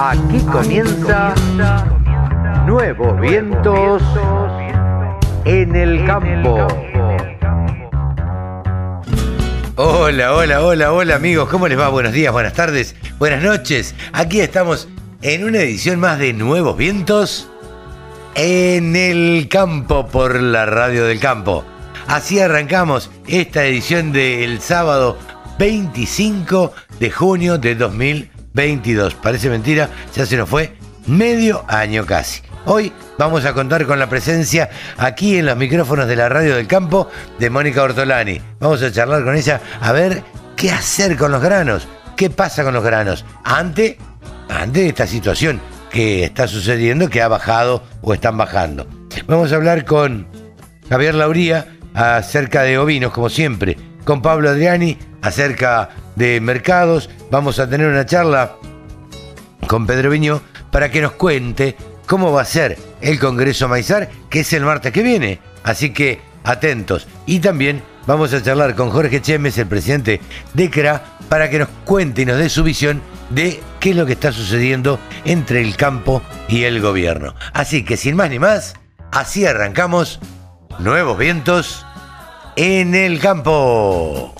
Aquí comienza Nuevos Vientos en el Campo. Hola amigos, ¿cómo les va? Buenos días, buenas tardes, buenas noches. Aquí estamos en una edición más de Nuevos Vientos en el Campo por la Radio del Campo. Así arrancamos esta edición del sábado 25 de junio de 2022. Parece mentira, ya se nos fue medio año casi. Hoy vamos a contar con la presencia aquí en los micrófonos de la Radio del Campo de Mónica Ortolani. Vamos a charlar con ella a ver qué hacer con los granos, qué pasa con los granos ante esta situación que está sucediendo, que ha bajado o están bajando. Vamos a hablar con Javier Lauría acerca de ovinos, como siempre, con Pablo Adriani acerca de mercados. Vamos a tener una charla con Pedro Viñó para que nos cuente cómo va a ser el Congreso Maizar, que es el martes que viene. Así que atentos. Y también vamos a charlar con Jorge Chemes, el presidente de CRA, para que nos cuente y nos dé su visión de qué es lo que está sucediendo entre el campo y el gobierno. Así que sin más ni más, así arrancamos Nuevos Vientos en el Campo.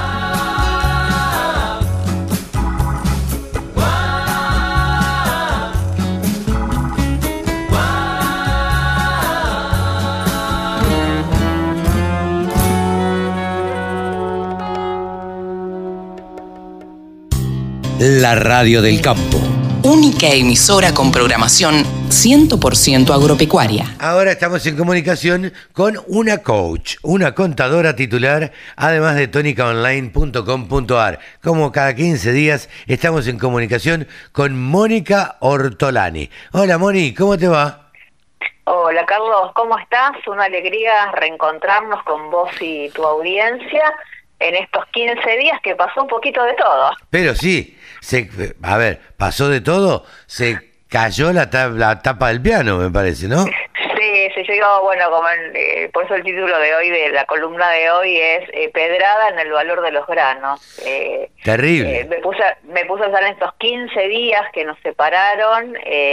La Radio del Campo. Única emisora con programación 100% agropecuaria. Ahora estamos en comunicación con una coach, una contadora titular, además de tonicaonline.com.ar. Como cada 15 días estamos en comunicación con Mónica Ortolani. Hola Moni, ¿cómo te va? Hola Carlos, ¿cómo estás? Una alegría reencontrarnos con vos y tu audiencia en estos 15 días que pasó un poquito de todo. Pero sí, pasó de todo, se cayó la tapa del piano, me parece, ¿no? Sí, yo digo, bueno, por eso el título de hoy, de la columna de hoy, es Pedrada en el valor de los granos. Terrible. Me puse a pensar en estos 15 días que nos separaron,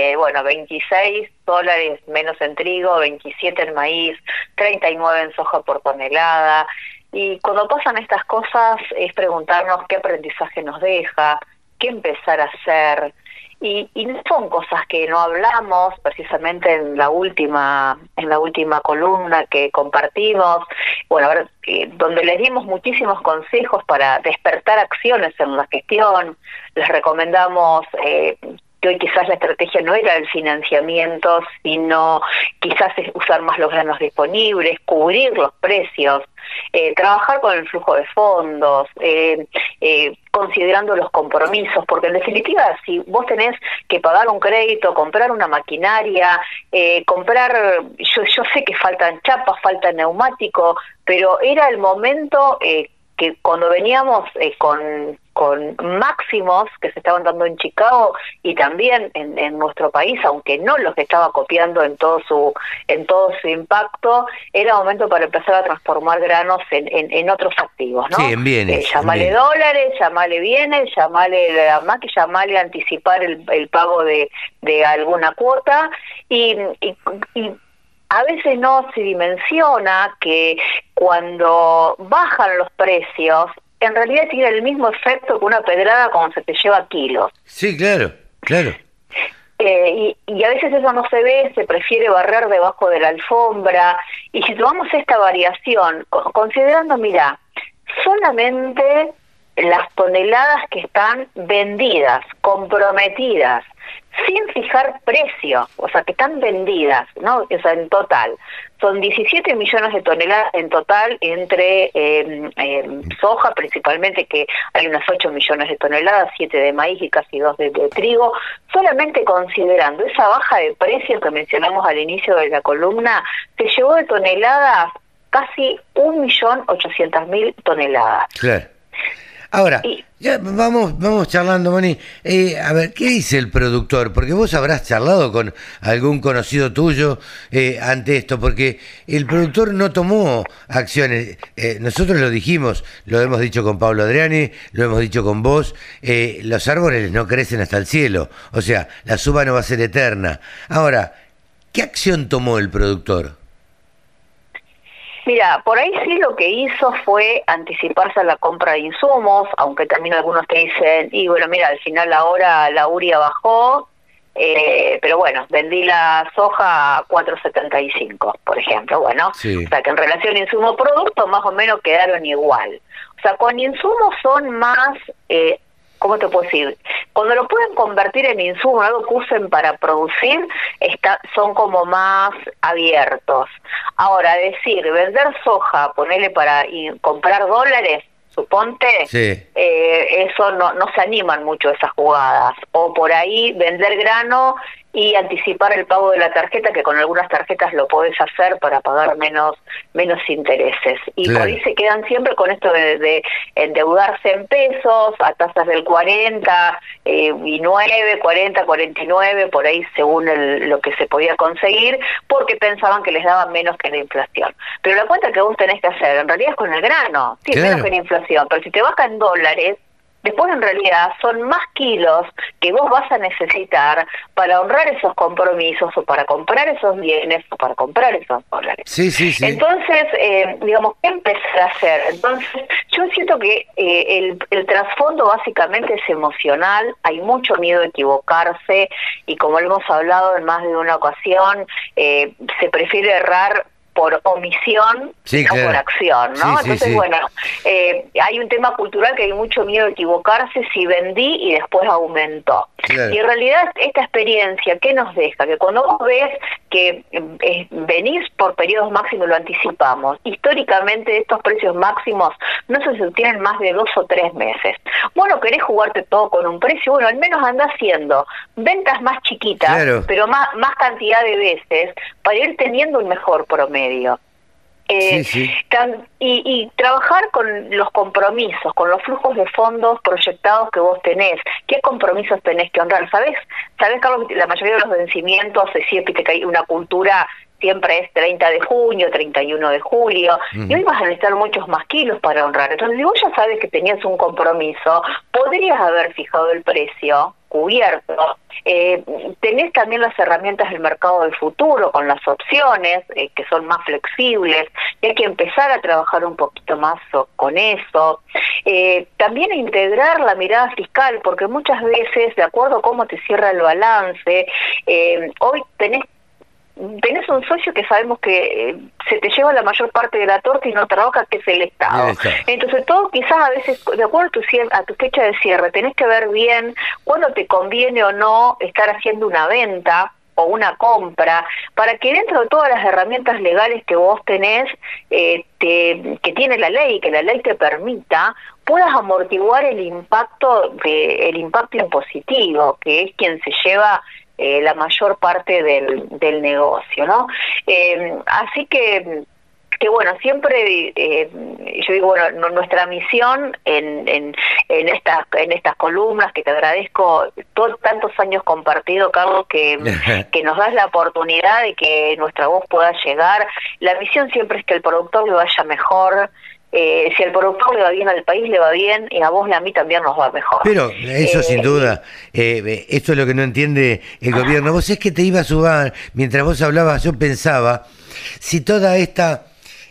$26 menos en trigo, 27 en maíz, 39 en soja por tonelada. Y cuando pasan estas cosas es preguntarnos qué aprendizaje nos deja, qué empezar a hacer. Y no son cosas que no hablamos precisamente en la última columna que compartimos, donde les dimos muchísimos consejos para despertar acciones en la gestión. Les recomendamos que hoy quizás la estrategia no era el financiamiento, sino quizás es usar más los granos disponibles, cubrir los precios, trabajar con el flujo de fondos, considerando los compromisos, porque en definitiva, si vos tenés que pagar un crédito, comprar una maquinaria, yo sé que faltan chapas, falta neumático, pero era el momento que cuando veníamos con máximos que se estaban dando en Chicago y también en nuestro país, aunque no los estaba copiando en todo su impacto, era momento para empezar a transformar granos en otros activos, ¿no? Sí, en bienes. Llamale dólares, llamale bienes, llamale anticipar el pago de alguna cuota y a veces no se dimensiona que cuando bajan los precios, en realidad tiene el mismo efecto que una pedrada cuando se te lleva kilos. Sí, claro. Y a veces eso no se ve, se prefiere barrer debajo de la alfombra. Y si tomamos esta variación, considerando, solamente las toneladas que están vendidas, comprometidas, sin fijar precio, o sea, que están vendidas, ¿no? O sea, en total. Son 17 millones de toneladas en total entre soja, principalmente, que hay unas 8 millones de toneladas, 7 de maíz y casi 2 de trigo. Solamente considerando esa baja de precios que mencionamos al inicio de la columna, se llevó de toneladas casi 1.800.000 toneladas. Claro. Ahora, ya vamos charlando, Moni. A ver, ¿qué dice el productor? Porque vos habrás charlado con algún conocido tuyo ante esto, porque el productor no tomó acciones. Nosotros lo dijimos, lo hemos dicho con Pablo Adriani, lo hemos dicho con vos, los árboles no crecen hasta el cielo, o sea, la suba no va a ser eterna. Ahora, ¿qué acción tomó el productor? Mira, por ahí sí lo que hizo fue anticiparse a la compra de insumos, aunque también algunos te dicen, y bueno, mira, al final ahora la uria bajó, pero bueno, vendí la soja a 4.75, por ejemplo, bueno, sí. O sea que en relación insumo-producto más o menos quedaron igual. O sea, con insumos son más... ¿cómo te puedo decir? Cuando lo pueden convertir en insumo, algo que usen para producir, son como más abiertos. Ahora, decir, vender soja, ponerle para comprar dólares, suponte, sí. Eso no se animan mucho esas jugadas. O por ahí vender grano y anticipar el pago de la tarjeta, que con algunas tarjetas lo podés hacer para pagar menos intereses. Y claro. Por ahí se quedan siempre con esto de endeudarse en pesos a tasas del 40 y 9, 40, 49, por ahí según lo que se podía conseguir, porque pensaban que les daban menos que la inflación. Pero la cuenta que vos tenés que hacer en realidad es con el grano, sí, claro. Menos que la inflación, pero si te baja en dólares, después en realidad son más kilos que vos vas a necesitar para honrar esos compromisos o para comprar esos bienes o para comprar esos dólares. Sí. Entonces, digamos, ¿qué empezar a hacer? Entonces, yo siento que el trasfondo básicamente es emocional, hay mucho miedo de equivocarse y como lo hemos hablado en más de una ocasión, se prefiere errar por omisión, sí, no claro. por acción, ¿no? Sí, Entonces, sí. bueno, hay un tema cultural que hay mucho miedo de equivocarse si vendí y después aumentó. Claro. Y en realidad esta experiencia, ¿qué nos deja? Que cuando vos ves que venís por periodos máximos, lo anticipamos, históricamente estos precios máximos no se sostienen más de 2 o 3 meses. Bueno, querés jugarte todo con un precio, bueno, al menos anda haciendo ventas más chiquitas, claro. pero más cantidad de veces, para ir teniendo un mejor promedio. Sí. Y trabajar con los compromisos, con los flujos de fondos proyectados que vos tenés. ¿Qué compromisos tenés que honrar? ¿Sabés, Carlos, la mayoría de los vencimientos, siempre que hay una cultura, siempre es 30 de junio, 31 de julio, y hoy vas a necesitar muchos más kilos para honrar. Entonces, si vos ya sabes que tenías un compromiso, podrías haber fijado el precio cubierto. Tenés también las herramientas del mercado del futuro con las opciones que son más flexibles y hay que empezar a trabajar un poquito más con eso. También integrar la mirada fiscal, porque muchas veces, de acuerdo a cómo te cierra el balance, hoy tenés un socio que sabemos que se te lleva la mayor parte de la torta y no trabaja, que es el Estado. Entonces todo quizás a veces, de acuerdo a tu fecha de cierre, tenés que ver bien cuándo te conviene o no estar haciendo una venta o una compra, para que dentro de todas las herramientas legales que vos tenés, que tiene la ley, que la ley te permita, puedas amortiguar el impacto impositivo, que es quien se lleva la mayor parte del negocio, ¿no? Así que bueno, siempre yo digo, bueno, nuestra misión en estas columnas, que te agradezco tantos años compartido, Carlos, que nos das la oportunidad de que nuestra voz pueda llegar. La misión siempre es que el productor le vaya mejor. Si al productor le va bien, al país le va bien, y a vos y a mí también nos va mejor. Pero eso sin duda, esto es lo que no entiende el gobierno. Vos es que te iba a sumar, mientras vos hablabas, yo pensaba, si toda esta,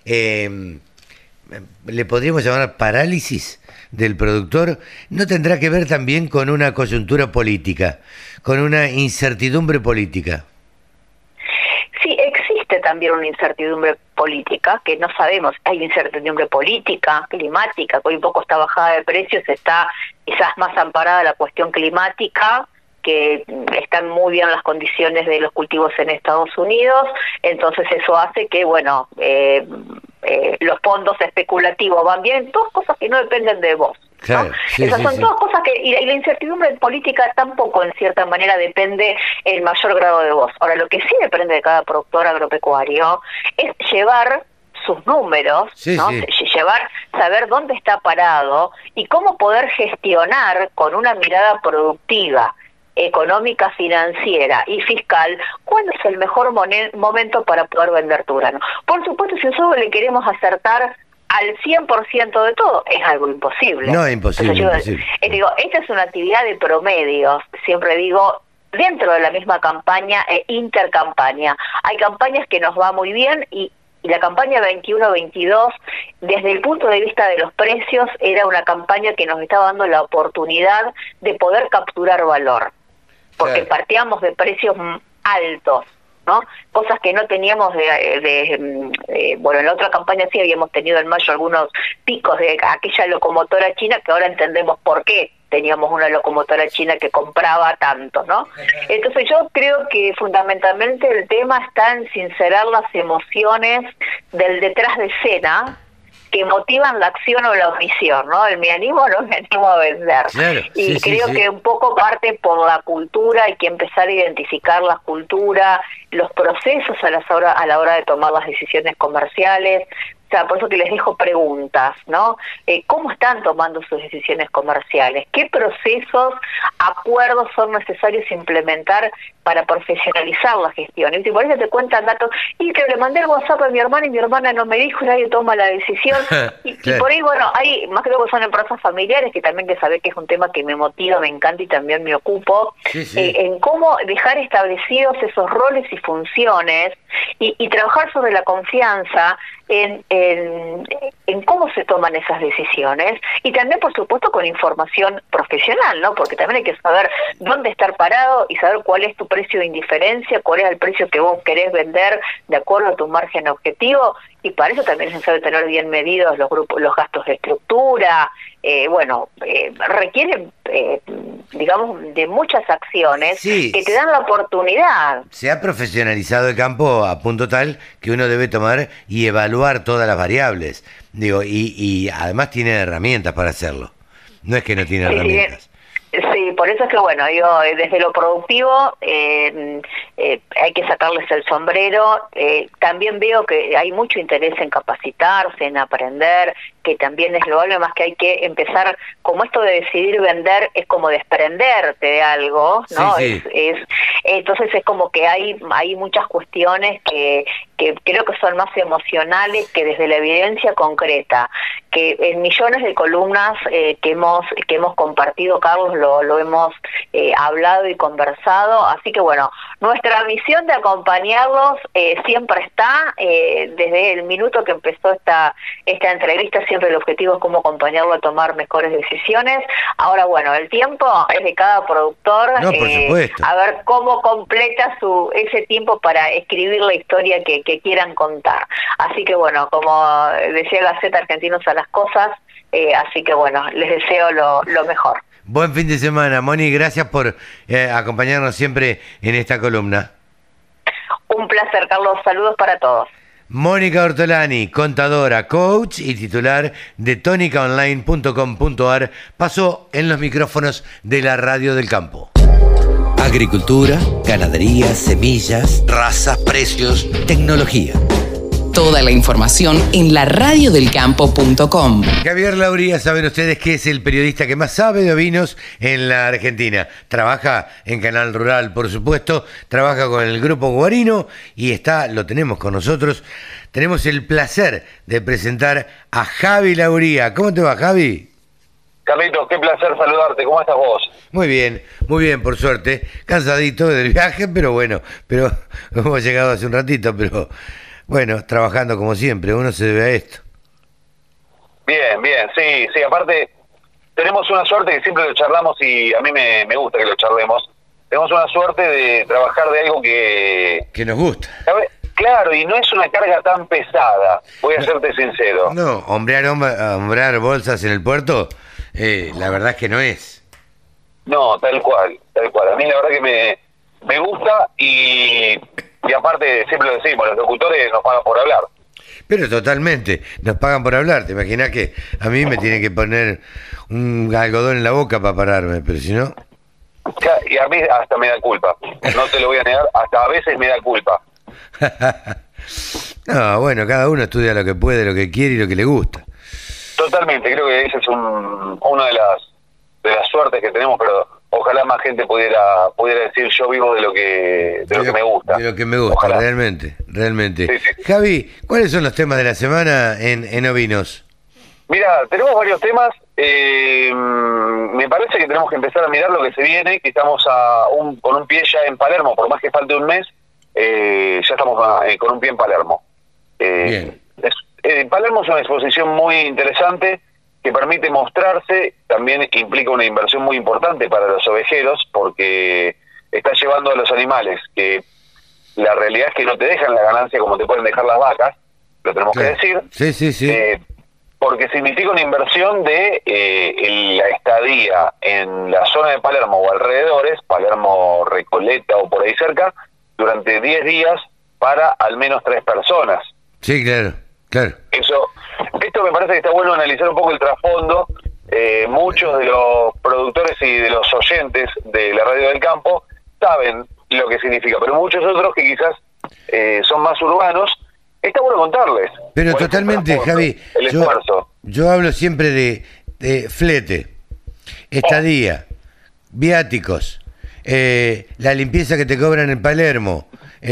le podríamos llamar parálisis del productor, no tendrá que ver también con una coyuntura política, con una incertidumbre política. Sí, existe también una incertidumbre política, que no sabemos. Hay incertidumbre política, climática, que hoy un poco está bajada de precios, está quizás más amparada la cuestión climática, que están muy bien las condiciones de los cultivos en Estados Unidos, entonces eso hace que, bueno, los fondos especulativos van bien, todas cosas que no dependen de vos. Claro, ¿no? sí, Esas son todas cosas que, y la incertidumbre política tampoco en cierta manera depende en mayor grado de vos. Ahora, lo que sí depende de cada productor agropecuario es llevar sus números, ¿no? saber dónde está parado y cómo poder gestionar con una mirada productiva, económica, financiera y fiscal, cuándo es el mejor momento para poder vender tu grano. Por supuesto, si nosotros le queremos acertar al 100% de todo, es algo imposible. No, imposible. Entonces, digo, esta es una actividad de promedios, siempre digo, dentro de la misma campaña e intercampaña. Hay campañas que nos va muy bien y la campaña 21-22, desde el punto de vista de los precios, era una campaña que nos estaba dando la oportunidad de poder capturar valor, porque partíamos de precios altos, ¿no? Cosas que no teníamos bueno, en la otra campaña sí habíamos tenido en mayo algunos picos de aquella locomotora china que ahora entendemos por qué teníamos una locomotora china que compraba tanto, ¿no? Entonces yo creo que fundamentalmente el tema está en sincerar las emociones del detrás de escena que motivan la acción o la omisión, ¿no? El me animo o no me animo a vender. Claro, y creo que un poco parte por la cultura, hay que empezar a identificar la cultura, los procesos a la hora de tomar las decisiones comerciales. O sea, por eso que les dejo preguntas, ¿no? ¿Cómo están tomando sus decisiones comerciales? ¿Qué procesos, acuerdos son necesarios implementar para profesionalizar la gestión? Y por eso te cuentan datos, y que le mandé el WhatsApp a mi hermana y mi hermana no me dijo, y nadie toma la decisión. Y por ahí, bueno, hay, más que todo son empresas familiares, que también que saber que es un tema que me motiva, me encanta y también me ocupo, en cómo dejar establecidos esos roles y funciones y trabajar sobre la confianza en cómo se toman esas decisiones y también, por supuesto, con información profesional, ¿no? Porque también hay que saber dónde estar parado y saber cuál es tu precio de indiferencia, cuál es el precio que vos querés vender de acuerdo a tu margen objetivo, y para eso también es necesario tener bien medidos los gastos de estructura. Requieren, digamos, de muchas acciones que te dan la oportunidad. Se ha profesionalizado el campo a punto tal que uno debe tomar y evaluar todas las variables. Digo, y además tiene herramientas para hacerlo. No es que no tiene herramientas. Sí, por eso es que, bueno, yo desde lo productivo hay que sacarles el sombrero. También veo que hay mucho interés en capacitarse, en aprender, que también es loable, más que hay que empezar, como esto de decidir vender es como desprenderte de algo, ¿no? Sí. Entonces es como que hay muchas cuestiones que creo que son más emocionales que desde la evidencia concreta, que en millones de columnas que hemos compartido, Carlos, lo hemos hablado y conversado, así que bueno, nuestra misión de acompañarlos siempre está, desde el minuto que empezó esta entrevista, siempre el objetivo es cómo acompañarlo a tomar mejores decisiones. Ahora, bueno, el tiempo es de cada productor, por supuesto. a ver cómo completa ese tiempo para escribir la historia que quieran contar. Así que bueno, como decía Gaceta, argentinos a las cosas, así que bueno, les deseo lo mejor. Buen fin de semana, Moni, gracias por acompañarnos siempre en esta columna. Un placer, Carlos, saludos para todos. Mónica Ortolani, contadora, coach y titular de tonicaonline.com.ar, pasó en los micrófonos de la Radio del Campo. Agricultura, ganadería, semillas, razas, precios, tecnología. Toda la información en laradiodelcampo.com. Javier Lauría, saben ustedes que es el periodista que más sabe de ovinos en la Argentina. Trabaja en Canal Rural, por supuesto, trabaja con el Grupo Guarino y lo tenemos con nosotros. Tenemos el placer de presentar a Javi Lauría. ¿Cómo te va, Javi? Carlitos, qué placer saludarte. ¿Cómo estás vos? Muy bien, por suerte. Cansadito del viaje, pero bueno, hemos llegado hace un ratito, pero bueno, trabajando como siempre, uno se debe a esto. Bien, sí, aparte tenemos una suerte que siempre lo charlamos y a mí me gusta que lo charlemos. Tenemos una suerte de trabajar de algo que nos gusta. Claro, y no es una carga tan pesada, voy a serte sincero. No, hombrear bolsas en el puerto, la verdad es que no es. No, tal cual. A mí la verdad que me gusta y aparte, siempre lo decimos, los locutores nos pagan por hablar. Pero totalmente, nos pagan por hablar. ¿Te imaginas que a mí me tiene que poner un algodón en la boca para pararme? Pero si no... Y a mí hasta me da culpa, no te lo voy a negar, hasta a veces me da culpa. No, bueno, cada uno estudia lo que puede, lo que quiere y lo que le gusta. Totalmente, creo que esa es una de las suertes que tenemos, pero ojalá más gente pudiera decir yo vivo de lo que me gusta. De lo que me gusta, ojalá. realmente. Sí. Javi, ¿cuáles son los temas de la semana en Ovinos? Mira, tenemos varios temas. Me parece que tenemos que empezar a mirar lo que se viene, que estamos con un pie ya en Palermo, por más que falte un mes, ya estamos con un pie en Palermo. Bien. Palermo es una exposición muy interesante que permite mostrarse, también implica una inversión muy importante para los ovejeros porque está llevando a los animales, que la realidad es que no te dejan la ganancia como te pueden dejar las vacas, lo tenemos que decir. Sí. Porque significa una inversión de la estadía en la zona de Palermo o alrededores, Palermo, Recoleta o por ahí cerca, durante 10 días para al menos 3 personas. Sí, claro. Esto me parece que está bueno analizar un poco el trasfondo. Muchos de los productores y de los oyentes de la Radio del Campo saben lo que significa, pero muchos otros que quizás son más urbanos, está bueno contarles. Pero totalmente, Javi, el esfuerzo. Yo hablo siempre de flete, estadía, viáticos, la limpieza que te cobran en Palermo,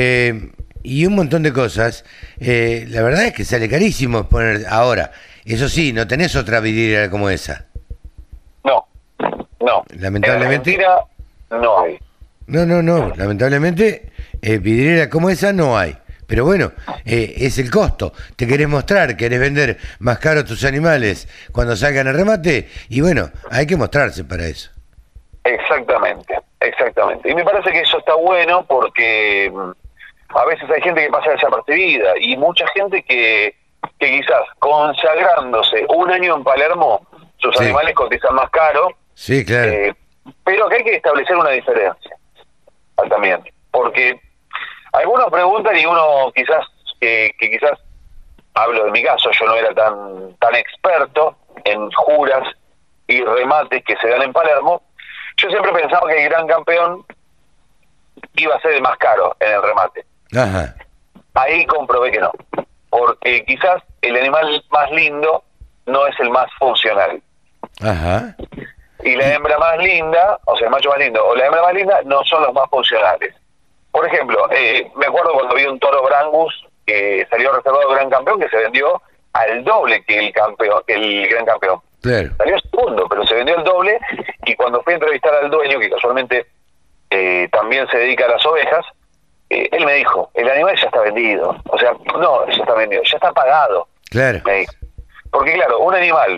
y un montón de cosas. La verdad es que sale carísimo poner ahora. Eso sí, no tenés otra vidriera como esa. No. Lamentablemente. En Argentina no hay. No. Lamentablemente, vidriera como esa no hay. Pero bueno, es el costo. Te querés mostrar, querés vender más caro tus animales cuando salgan al remate. Y bueno, hay que mostrarse para eso. Exactamente. Y me parece que eso está bueno porque a veces hay gente que pasa desapercibida y mucha gente que quizás consagrándose un año en Palermo, sus animales cotizan más caro. Sí, claro. Pero que hay que establecer una diferencia también. Porque algunos preguntan y uno quizás, que quizás, hablo de mi caso, yo no era tan experto en juras y remates que se dan en Palermo. Yo siempre pensaba que el gran campeón iba a ser el más caro en el remate. Ajá. Ahí comprobé que no, porque quizás el animal más lindo no es el más funcional. Ajá. Y la hembra más linda, o sea, el macho más lindo o la hembra más linda no son los más funcionales. Por ejemplo, me acuerdo cuando vi un toro Brangus que salió reservado gran campeón, que se vendió al doble que el gran campeón. Claro. Salió segundo, pero se vendió el doble, y cuando fui a entrevistar al dueño, que casualmente también se dedica a las ovejas, él me dijo, el animal ya está vendido. O sea, no, ya está vendido, ya está pagado. Claro. Me dijo. Porque claro, un animal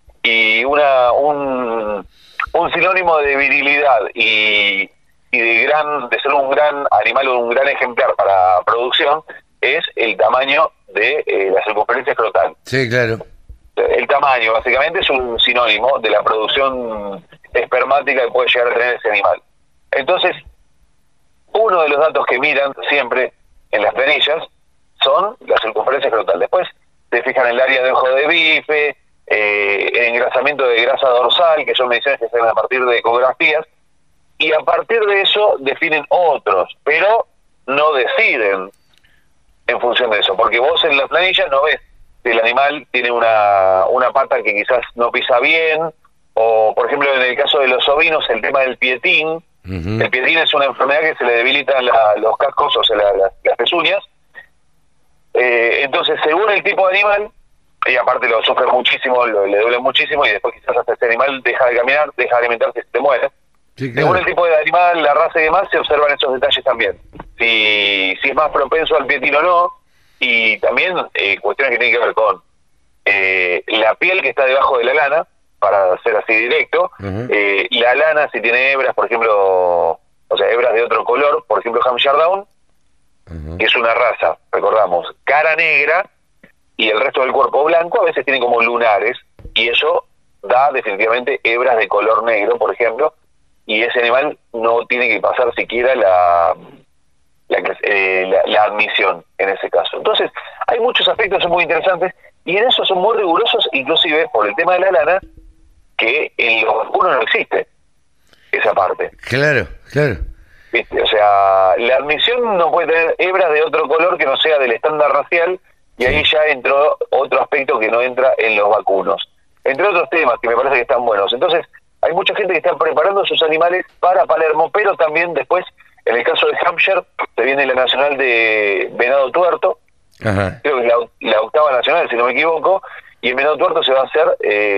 y un sinónimo de virilidad y de ser un gran animal o un gran ejemplar para producción es el tamaño de la circunferencia escrotal. Sí, claro. El tamaño básicamente es un sinónimo de la producción espermática que puede llegar a tener ese animal. Entonces, uno de los datos que miran siempre en las planillas son la circunferencia escrotal. Después se fijan en el área de ojo de bife, el engrasamiento de grasa dorsal, que son mediciones que se hacen a partir de ecografías, y a partir de eso definen otros, pero no deciden en función de eso, porque vos en la planilla no ves si el animal tiene una pata que quizás no pisa bien, o por ejemplo en el caso de los ovinos el tema del pietín. Uh-huh. El pietín es una enfermedad que se le debilitan los cascos, o sea las pezuñas. Entonces según el tipo de animal, y aparte lo sufre muchísimo, le duele muchísimo, y después quizás hasta ese animal deja de caminar, deja de alimentarse y se te muere. Sí, claro. Según el tipo de animal, la raza y demás, se observan esos detalles también. Si es más propenso al pietín o no, y también cuestiones que tienen que ver con la piel que está debajo de la lana, para ser así directo. Uh-huh. La lana, si tiene hebras, por ejemplo, o sea, hebras de otro color, por ejemplo Hampshire Down, uh-huh, que es una raza, recordamos, cara negra y el resto del cuerpo blanco, a veces tiene como lunares, y eso da definitivamente hebras de color negro, por ejemplo, y ese animal no tiene que pasar siquiera la admisión en ese caso. Entonces, hay muchos aspectos muy interesantes, y en eso son muy rigurosos, inclusive por el tema de la lana, que en los vacunos no existe esa parte. Claro. ¿Viste? O sea, la admisión no puede tener hebras de otro color que no sea del estándar racial, y ahí ya entró otro aspecto que no entra en los vacunos. entre otros temas que me parece que están buenos. Entonces, hay mucha gente que está preparando sus animales para Palermo, pero también después, en el caso de Hampshire, se viene la nacional de venado tuerto, Ajá. creo que es la octava nacional, si no me equivoco, y en venado tuerto se va a hacer,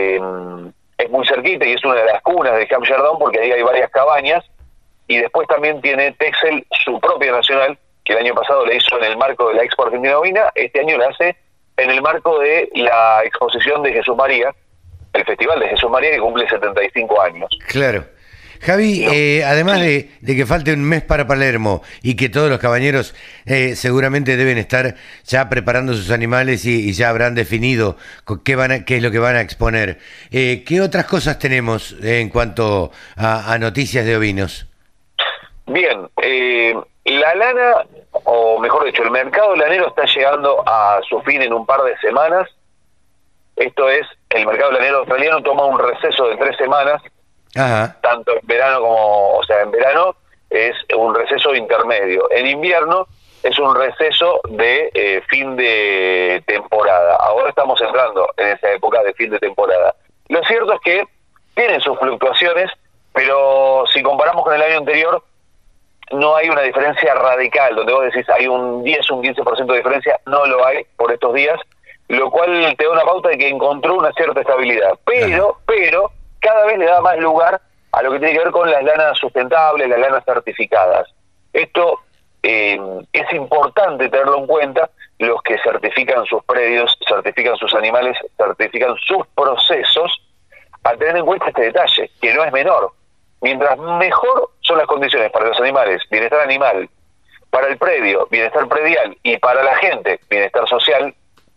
es muy cerquita y es una de las cunas de Hampshire Down, porque ahí hay varias cabañas, y después también tiene Texel su propia nacional, que el año pasado la hizo en el marco de la Expo Argentina Ovina, este año la hace en el marco de la exposición de Jesús María, el Festival de Jesús María, que cumple 75 años. Claro. Javi, además de que falte un mes para Palermo y que todos los cabañeros seguramente deben estar ya preparando sus animales y ya habrán definido qué es lo que van a exponer, ¿qué otras cosas tenemos en cuanto a noticias de ovinos? Bien, la lana, o mejor dicho, el mercado lanero está llegando a su fin en un par de semanas. Esto es, el mercado lanero australiano toma un receso de 3 semanas, Ajá. tanto en verano como, o sea, en verano es un receso intermedio. En invierno es un receso de fin de temporada. Ahora estamos entrando en esa época de fin de temporada. Lo cierto es que tienen sus fluctuaciones, pero si comparamos con el año anterior, no hay una diferencia radical, donde vos decís hay un 10, un 15% de diferencia, no lo hay por estos días, lo cual te da una pauta de que encontró una cierta estabilidad. Pero cada vez le da más lugar a lo que tiene que ver con las lanas sustentables, las lanas certificadas. Esto es importante tenerlo en cuenta. Los que certifican sus predios, certifican sus animales, certifican sus procesos, a tener en cuenta este detalle, que no es menor. Mientras mejor son las condiciones para los animales, bienestar animal, para el predio, bienestar predial, y para la gente, bienestar social,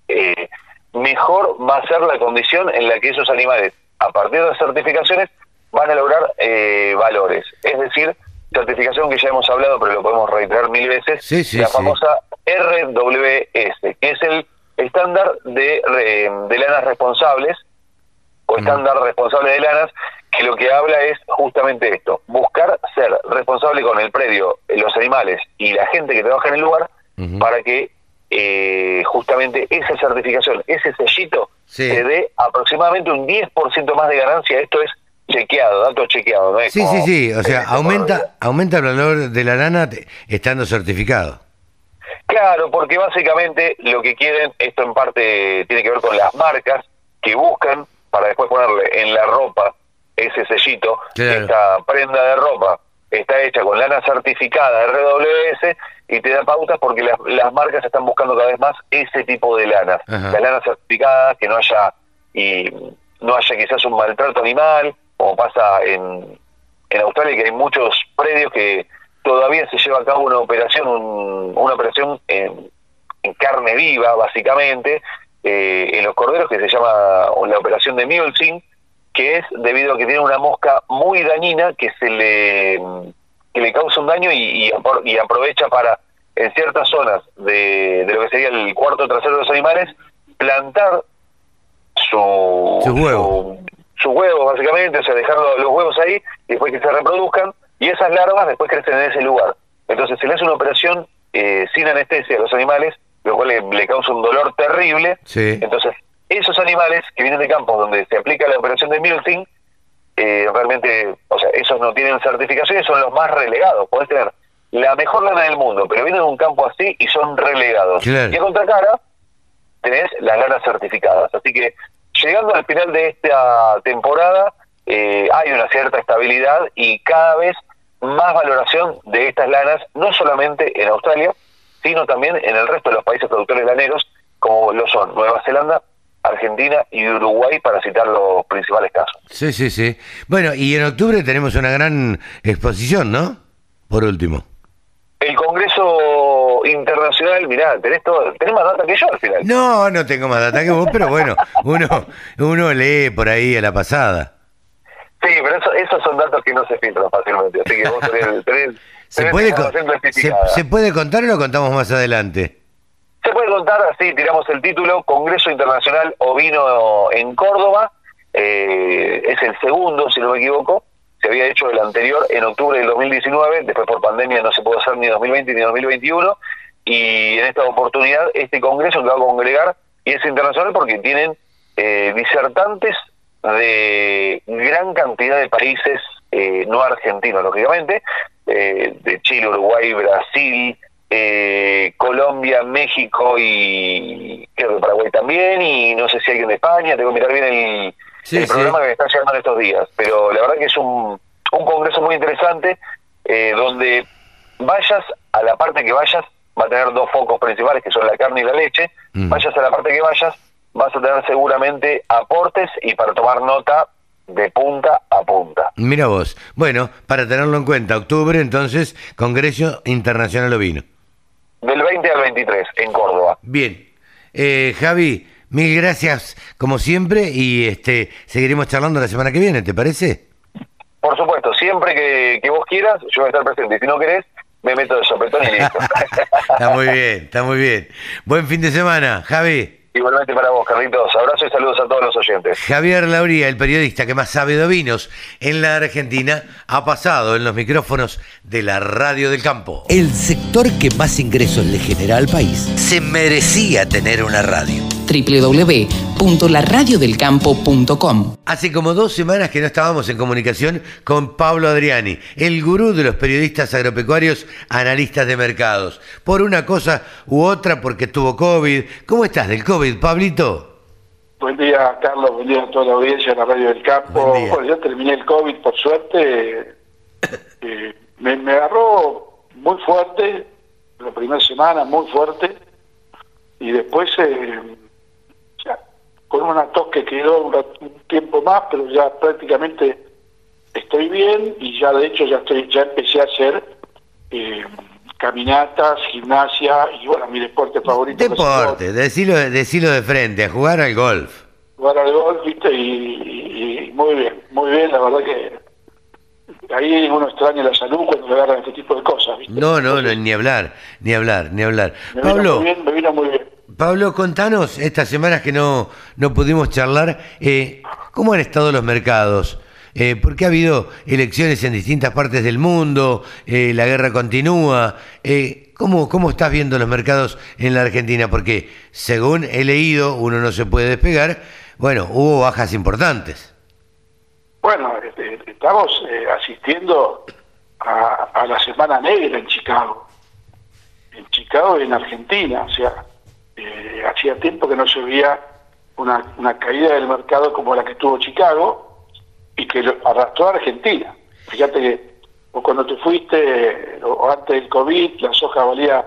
mejor va a ser la condición en la que esos animales, a partir de las certificaciones, van a lograr valores. Es decir, certificación que ya hemos hablado, pero lo podemos reiterar 1000 veces, Sí, la sí. famosa RWS, que es el estándar de lanas responsables, o estándar responsable de lanas, que lo que habla es justamente esto: buscar ser responsable con el predio, los animales y la gente que trabaja en el lugar, para que justamente esa certificación, ese sellito, te dé aproximadamente un 10% más de ganancia. Esto es chequeado, dato chequeado, ¿no es? Sí, o sea, aumenta el valor de la lana estando certificado. Claro, porque básicamente lo que quieren, esto en parte tiene que ver con las marcas que buscan para después ponerle en la ropa ese sellito. Claro. Esta prenda de ropa está hecha con lana certificada RWS y te da pautas porque las marcas están buscando cada vez más ese tipo de lanas. Las lanas certificadas, que no haya quizás un maltrato animal, como pasa en Australia, que hay muchos predios que todavía se lleva a cabo una operación en carne viva, básicamente, en los corderos, que se llama la operación de mulesing, que es debido a que tiene una mosca muy dañina que le causa un daño y aprovecha para, en ciertas zonas de lo que sería el cuarto trasero de los animales, plantar su huevo, básicamente, o sea, dejar los huevos ahí y después que se reproduzcan, y esas larvas después crecen en ese lugar. Entonces se le hace una operación sin anestesia a los animales, lo cual le causa un dolor terrible. Sí. Entonces esos animales que vienen de campos donde se aplica la operación de mulesing, realmente, o sea, esos no tienen certificación y son los más relegados. Podés tener la mejor lana del mundo, pero vienen de un campo así y son relegados. Claro. Y a contracara tenés las lanas certificadas. Así que llegando al final de esta temporada, hay una cierta estabilidad y cada vez más valoración de estas lanas, no solamente en Australia, sino también en el resto de los países productores laneros, como lo son Nueva Zelanda, Argentina y Uruguay, para citar los principales casos. Sí. Bueno, y en octubre tenemos una gran exposición, ¿no? Por último. El Congreso Internacional, mirá, tenés más data que yo al final. No tengo más data que vos, pero bueno, uno lee por ahí a la pasada. Sí, pero esos son datos que no se filtran fácilmente, así que vos tenés ¿Se puede contar o lo contamos más adelante? Se puede contar, así tiramos el título: Congreso Internacional Ovino en Córdoba. Es el segundo, si no me equivoco. Se había hecho el anterior en octubre del 2019, después por pandemia no se pudo hacer ni 2020 ni 2021, y en esta oportunidad este congreso que va a congregar, y es internacional porque tienen disertantes de gran cantidad de países, no argentinos, lógicamente, de Chile, Uruguay, Brasil, Colombia, México y creo que Paraguay también, y no sé si alguien de España. Tengo que mirar bien el programa que me está llegando en estos días, pero la verdad que es un congreso muy interesante, donde vayas a la parte que vayas, va a tener dos focos principales, que son la carne y la leche. Vayas a la parte que vayas, vas a tener seguramente aportes y para tomar nota de punta a punta. Mira vos. Bueno, para tenerlo en cuenta, octubre, entonces, Congreso Internacional Ovino. Del 20 al 23, en Córdoba. Bien. Javi, mil gracias, como siempre, y seguiremos charlando la semana que viene, ¿te parece? Por supuesto, siempre que vos quieras, yo voy a estar presente. Y si no querés, me meto de sopetón y listo. Está muy bien, está muy bien. Buen fin de semana, Javi. Igualmente para vos, Carlitos. Abrazo y saludos a todos los oyentes. Javier Lauría, el periodista que más sabe de ovinos en la Argentina, ha pasado en los micrófonos de la Radio del Campo. El sector que más ingresos le genera al país se merecía tener una radio. www.laradiodelcampo.com. Hace como 2 semanas que no estábamos en comunicación con Pablo Adriani, el gurú de los periodistas agropecuarios, analistas de mercados. Por una cosa u otra, porque tuvo COVID. ¿Cómo estás del COVID, Pablito? Buen día, Carlos. Buen día a toda la audiencia de la Radio del Campo. Bueno, yo terminé el COVID, por suerte. Me agarró muy fuerte, la primera semana muy fuerte, y después... con una tos que quedó un tiempo más, pero ya prácticamente estoy bien, y ya de hecho ya empecé a hacer caminatas, gimnasia, y bueno, mi deporte favorito. Deporte, decilo de frente, a jugar al golf. Jugar al golf, viste, y muy bien, la verdad que ahí uno extraña la salud cuando le agarran este tipo de cosas, ¿viste? No, ni hablar. Pablo, Me vino muy bien. Pablo, contanos, estas semanas que no pudimos charlar, ¿cómo han estado los mercados? Porque ha habido elecciones en distintas partes del mundo, la guerra continúa. ¿Cómo estás viendo los mercados en la Argentina? Porque según he leído, uno no se puede despegar. Bueno, hubo bajas importantes. Bueno, estamos asistiendo a la Semana Negra en Chicago. En Chicago y en Argentina, o sea... hacía tiempo que no se veía una caída del mercado como la que tuvo Chicago y que lo arrastró a Argentina. Fíjate que cuando te fuiste, o antes del COVID, la soja valía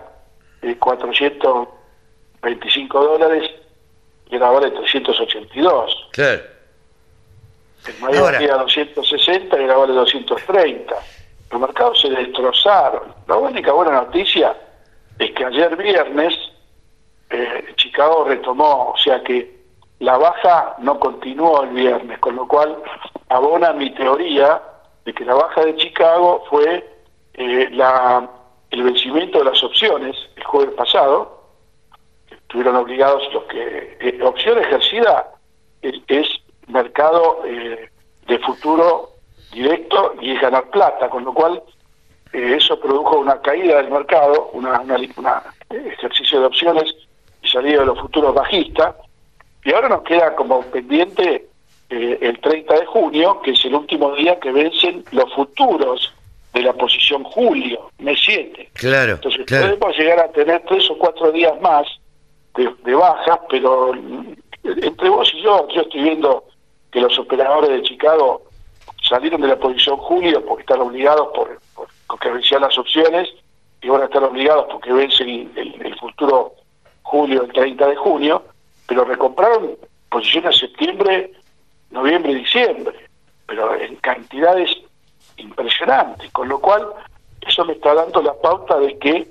$425 y ahora vale 382. Claro. El maíz valía 260 y ahora vale 230. Los mercados se destrozaron. La única buena noticia es que ayer viernes Chicago retomó, o sea que la baja no continuó el viernes, con lo cual abona mi teoría de que la baja de Chicago fue el vencimiento de las opciones el jueves pasado, que estuvieron obligados los que... opción ejercida es mercado de futuro directo y es ganar plata, con lo cual eso produjo una caída del mercado, una ejercicio de opciones y salida de los futuros bajistas, y ahora nos queda como pendiente el 30 de junio, que es el último día que vencen los futuros de la posición julio, mes 7. Claro. Entonces podemos llegar a tener 3 o 4 días más de bajas, pero entre vos y yo estoy viendo que los operadores de Chicago salieron de la posición julio porque están obligados porque vencían las opciones, y van a estar obligados porque vencen el futuro julio, el 30 de junio, pero recompraron posiciones septiembre, noviembre y diciembre, pero en cantidades impresionantes, con lo cual eso me está dando la pauta de que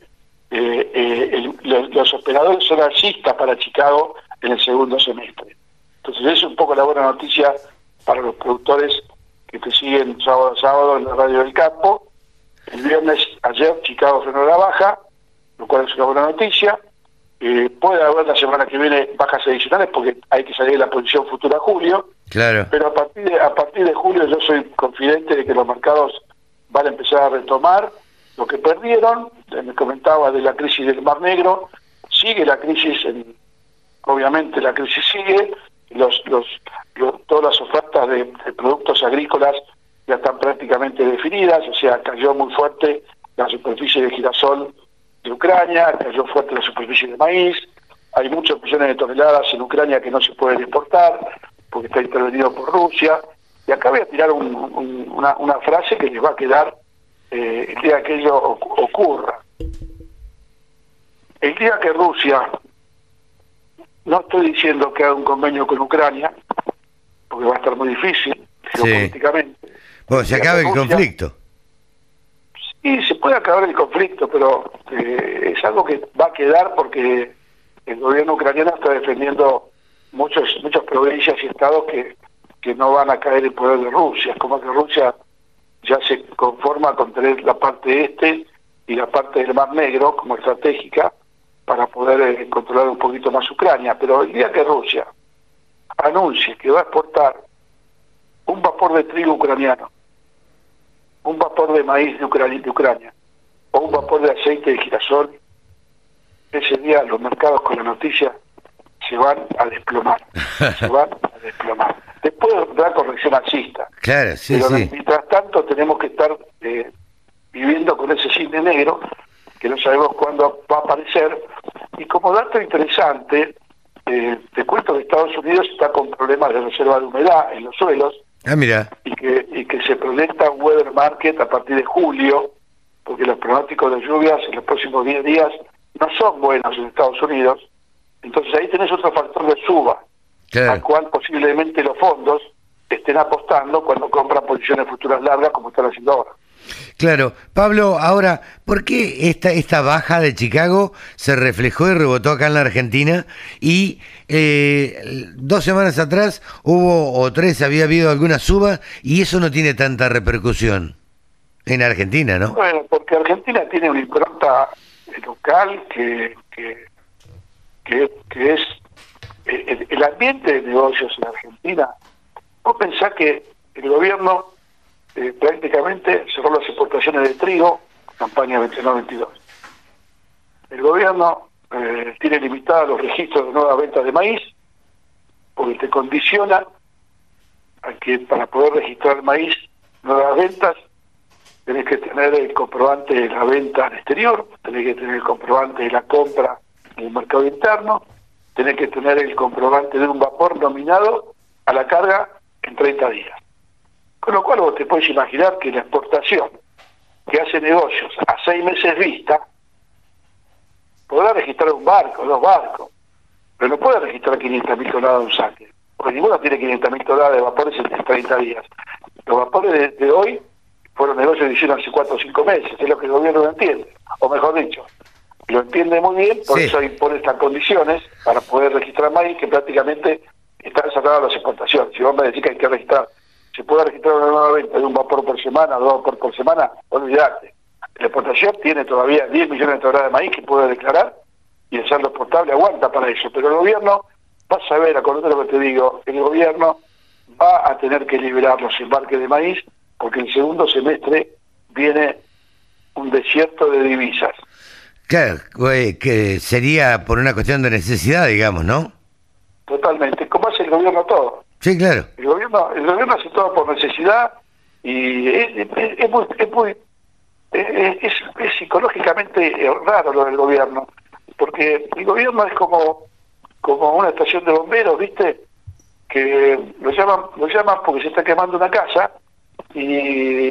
los operadores son alcistas para Chicago en el segundo semestre. Entonces esa es un poco la buena noticia para los productores que te siguen sábado a sábado en la Radio del Campo. El viernes, ayer, Chicago frenó la baja, lo cual es una buena noticia. Puede haber la semana que viene bajas adicionales porque hay que salir de la posición futura a julio. Claro. Pero a partir de julio yo soy confidente de que los mercados van a empezar a retomar lo que perdieron. Me comentaba de la crisis del Mar Negro, sigue la crisis, obviamente la crisis sigue, todas las ofertas de productos agrícolas ya están prácticamente definidas, o sea, cayó muy fuerte la superficie de girasol de Ucrania, cayó fuerte la superficie de maíz, hay muchos millones de toneladas en Ucrania que no se pueden exportar porque está intervenido por Rusia, y acá voy a tirar una frase que les va a quedar el día que ello ocurra. El día que Rusia, no estoy diciendo que haga un convenio con Ucrania, porque va a estar muy difícil geopolíticamente. Bueno, se acaba el conflicto. Sí, se puede acabar el conflicto, pero es algo que va a quedar porque el gobierno ucraniano está defendiendo muchas provincias y estados que no van a caer en poder de Rusia. Es como que Rusia ya se conforma con tener la parte este y la parte del Mar Negro como estratégica para poder controlar un poquito más Ucrania. Pero el día que Rusia anuncie que va a exportar un vapor de trigo ucraniano, un vapor de maíz de Ucrania o un vapor de aceite de girasol, ese día los mercados con la noticia se van a desplomar. Se van a desplomar. Después de la corrección alcista. Claro, sí, pero sí. Mientras tanto tenemos que estar viviendo con ese cisne negro que no sabemos cuándo va a aparecer. Y como dato interesante, te cuento que Estados Unidos está con problemas de reserva de humedad en los suelos. Ah, mira. Y que se proyecta un weather market a partir de julio, porque los pronósticos de lluvias en los próximos 10 días no son buenos en Estados Unidos. Entonces ahí tenés otro factor de suba, Claro. al cual posiblemente los fondos estén apostando cuando compran posiciones futuras largas como están haciendo ahora. Claro. Pablo, ahora, ¿por qué esta baja de Chicago se reflejó y rebotó acá en la Argentina? Y 2 semanas atrás o 3 había habido alguna suba y eso no tiene tanta repercusión en Argentina, ¿no? Bueno, porque Argentina tiene una impronta local que es el ambiente de negocios en Argentina. Vos pensás que el gobierno prácticamente cerró las exportaciones de trigo, campaña 21-22. El gobierno tiene limitados los registros de nuevas ventas de maíz, porque te condiciona a que para poder registrar maíz, nuevas ventas, tenés que tener el comprobante de la venta al exterior, tenés que tener el comprobante de la compra en el mercado interno, tenés que tener el comprobante de un vapor nominado a la carga en 30 días. Con lo cual vos te puedes imaginar que la exportación que hace negocios a 6 meses vista podrá registrar un barco, 2 barcos, pero no puede registrar 500.000 toneladas de un saque, porque ninguno tiene 500.000 toneladas de vapores en 30 días. Los vapores de hoy fueron negocios que hicieron hace 4 o 5 meses, es lo que el gobierno no entiende, o mejor dicho, lo entiende muy bien, por eso impone estas condiciones para poder registrar maíz que prácticamente están cerradas las exportaciones. Si vos me decís que hay que registrar, se puede registrar una nueva venta de un vapor por semana, 2 vapor por semana, olvidate. La exportación tiene todavía 10 millones de toneladas de maíz que puede declarar y el saldo exportable aguanta para eso, pero el gobierno va a saber, acordate lo que te digo, el gobierno va a tener que liberar los embarques de maíz porque en el segundo semestre viene un desierto de divisas. Claro, que sería por una cuestión de necesidad, digamos, ¿no? Totalmente, como hace el gobierno todo. Sí, claro. El gobierno hace todo por necesidad y es psicológicamente raro lo del gobierno, porque el gobierno es como una estación de bomberos, ¿viste? Que lo llaman porque se está quemando una casa y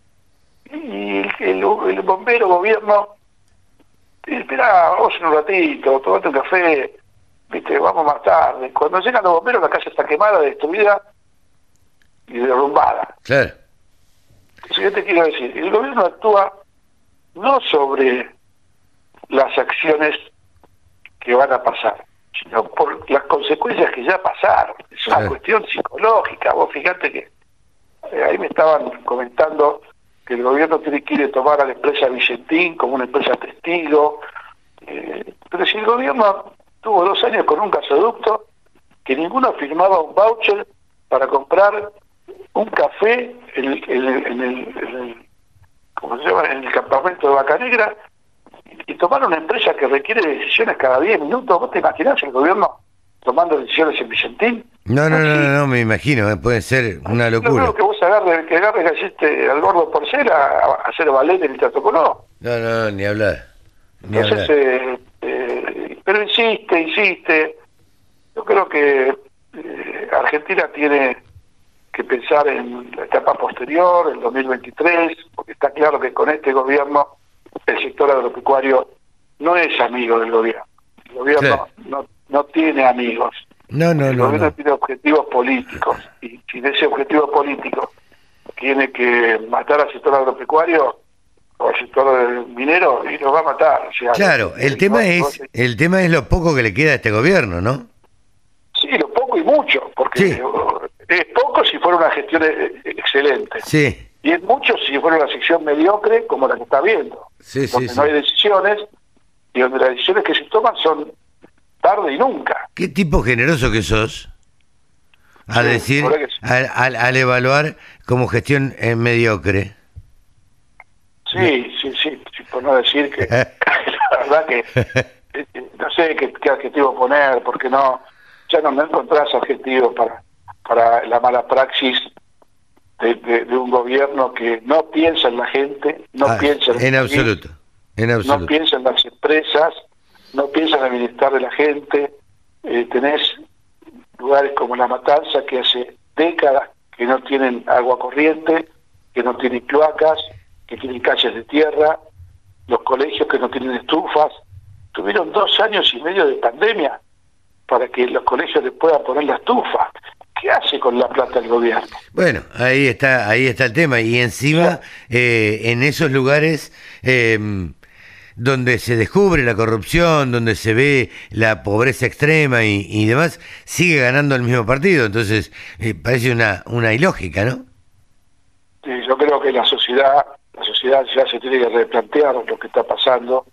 el bombero gobierno espera, vamos un ratito, tomate un café, viste, vamos más tarde. Cuando llegan los bomberos la casa está quemada, destruida y derrumbada. Claro. Entonces, ¿qué te quiero decir? El gobierno actúa no sobre las acciones que van a pasar, sino por las consecuencias que ya pasaron. Es una cuestión psicológica. Vos fíjate que ahí me estaban comentando que el gobierno quiere tomar a la empresa Vicentín como una empresa testigo, pero si el gobierno tuvo 2 años con un gasoducto que ninguno firmaba un voucher para comprar un café en el ¿cómo se llama? En el campamento de Vaca Negra, y tomar una empresa que requiere decisiones cada 10 minutos. ¿Vos te imaginás el gobierno tomando decisiones en Vicentín? No, me imagino, puede ser una locura. No, que vos agarres al gordo Porcela a hacer ballet en el Teatro Colón. No, ni hablar. Entonces, pero insiste. Yo creo que Argentina tiene que pensar en la etapa posterior, el 2023, porque está claro que con este gobierno el sector agropecuario no es amigo del gobierno. El gobierno no tiene amigos. El gobierno tiene objetivos políticos, y si de ese objetivo político tiene que matar al sector agropecuario o al sector minero, y lo va a matar. O sea, claro, el tema es lo poco que le queda a este gobierno, ¿no? Sí, lo poco y mucho, porque es poco si fuera una gestión excelente. Sí. Y es mucho si fuera una sección mediocre como la que está viendo. Donde no hay decisiones, y donde las decisiones que se toman son tarde y nunca. ¿Qué tipo generoso que sos decir, al evaluar como gestión mediocre? Sí, por no decir que la verdad que no sé qué adjetivo poner, porque ya no me encontrás adjetivos para la mala praxis de un gobierno que no piensa en la gente, piensa en absoluto. No piensa en las empresas, no piensa en el bienestar de la gente. Tenés lugares como La Matanza que hace décadas que no tienen agua corriente, que no tienen cloacas, que tienen calles de tierra, los colegios que no tienen estufas. Tuvieron 2 años y medio de pandemia para que los colegios les puedan poner la estufa. ¿Qué hace con la plata el gobierno? Bueno, ahí está el tema. Y encima, en esos lugares donde se descubre la corrupción, donde se ve la pobreza extrema y demás, sigue ganando el mismo partido. Entonces, parece una ilógica, ¿no? Sí, yo creo que la sociedad ya se tiene que replantear lo que está pasando,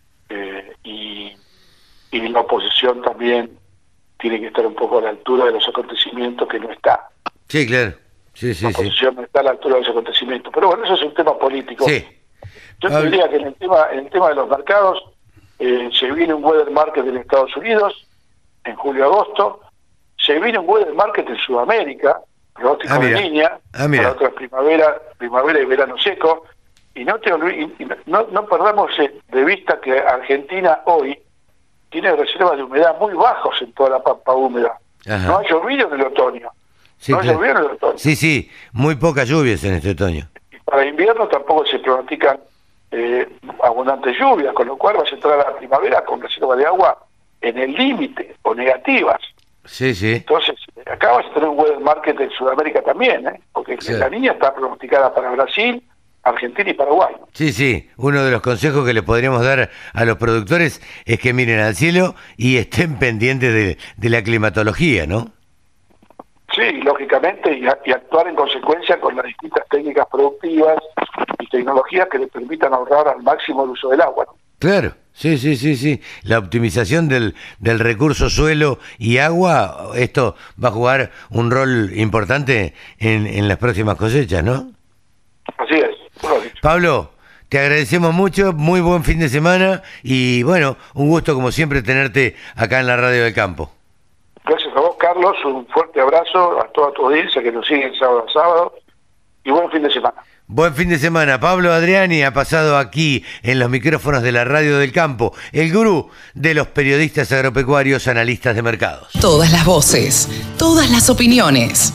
y la oposición también tiene que estar un poco a la altura de los acontecimientos, que no está. Sí, claro. La oposición no está a la altura de los acontecimientos. Pero bueno, eso es un tema político. Sí. Yo te diría que en el tema de los mercados, se viene un weather market en Estados Unidos en julio-agosto, se viene un weather market en Sudamérica, pronóstico de línea, para otra primavera y verano seco, y no perdamos de vista que Argentina hoy tiene reservas de humedad muy bajos en toda la pampa húmeda. Ajá. No ha llovido en el otoño. Sí, muy pocas lluvias en este otoño. Y para invierno tampoco se pronostican abundantes lluvias, con lo cual vas a entrar a la primavera con reservas de agua en el límite o negativas. Sí. Entonces, acá vas a tener un weather market en Sudamérica también, porque la niña está pronosticada para Brasil, Argentina y Paraguay. Sí, uno de los consejos que le podríamos dar a los productores es que miren al cielo y estén pendientes de la climatología, ¿no? Sí, lógicamente, y actuar en consecuencia con las distintas técnicas productivas y tecnologías que le permitan ahorrar al máximo el uso del agua, ¿no? Claro, sí. La optimización del recurso suelo y agua, esto va a jugar un rol importante en las próximas cosechas, ¿no? Así es. Pablo, te agradecemos mucho, muy buen fin de semana y bueno, un gusto como siempre tenerte acá en la Radio del Campo. Gracias a vos, Carlos, un fuerte abrazo a toda tu audiencia que nos sigue sábado a sábado y buen fin de semana. Buen fin de semana. Pablo Adriani ha pasado aquí en los micrófonos de la Radio del Campo, el gurú de los periodistas agropecuarios, analistas de mercados. Todas las voces, todas las opiniones.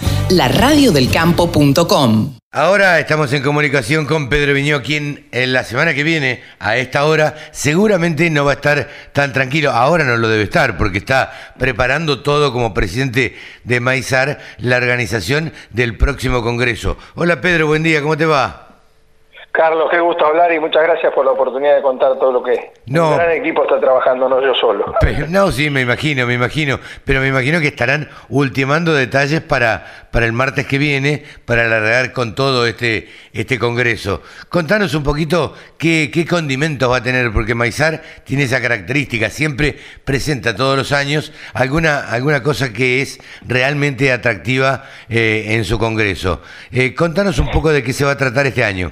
laradiodelcampo.com. Ahora estamos en comunicación con Pedro Viñó, quien en la semana que viene, a esta hora, seguramente no va a estar tan tranquilo. Ahora no lo debe estar, porque está preparando todo como presidente de Maizar, la organización del próximo congreso. Hola Pedro, buen día, ¿cómo te va? Carlos, qué gusto hablar y muchas gracias por la oportunidad de contar todo lo que un gran equipo está trabajando, no yo solo. Sí, me imagino, pero me imagino que estarán ultimando detalles para el martes que viene, para alargar con todo este congreso. Contanos un poquito qué condimentos va a tener, porque Maizar tiene esa característica, siempre presenta todos los años alguna cosa que es realmente atractiva en su congreso. Contanos un poco de qué se va a tratar este año.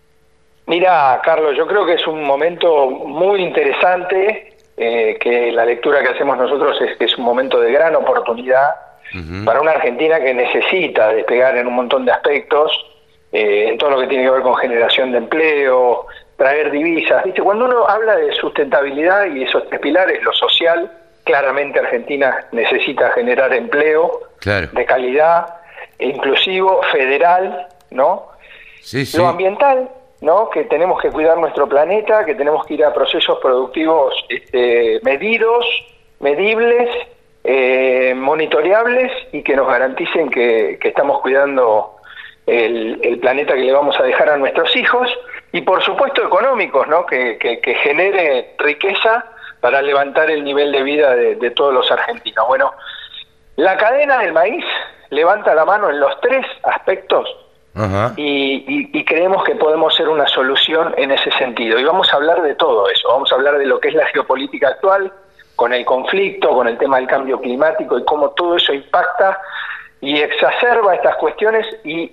Mira, Carlos, yo creo que es un momento muy interesante, que la lectura que hacemos nosotros es que es un momento de gran oportunidad para una Argentina que necesita despegar en un montón de aspectos, en todo lo que tiene que ver con generación de empleo, traer divisas. ¿Viste? Cuando uno habla de sustentabilidad y esos tres pilares, lo social, claramente Argentina necesita generar empleo de calidad, inclusivo, federal, ¿no? Sí. Lo ambiental, ¿no? Que tenemos que cuidar nuestro planeta, que tenemos que ir a procesos productivos medidos, medibles, monitoreables y que nos garanticen que estamos cuidando el planeta que le vamos a dejar a nuestros hijos, y por supuesto económicos, ¿no? Que genere riqueza para levantar el nivel de vida de todos los argentinos. Bueno, la cadena del maíz levanta la mano en los tres aspectos. Ajá. Y creemos que podemos ser una solución en ese sentido. Y vamos a hablar de todo eso, vamos a hablar de lo que es la geopolítica actual, con el conflicto, con el tema del cambio climático y cómo todo eso impacta y exacerba estas cuestiones, y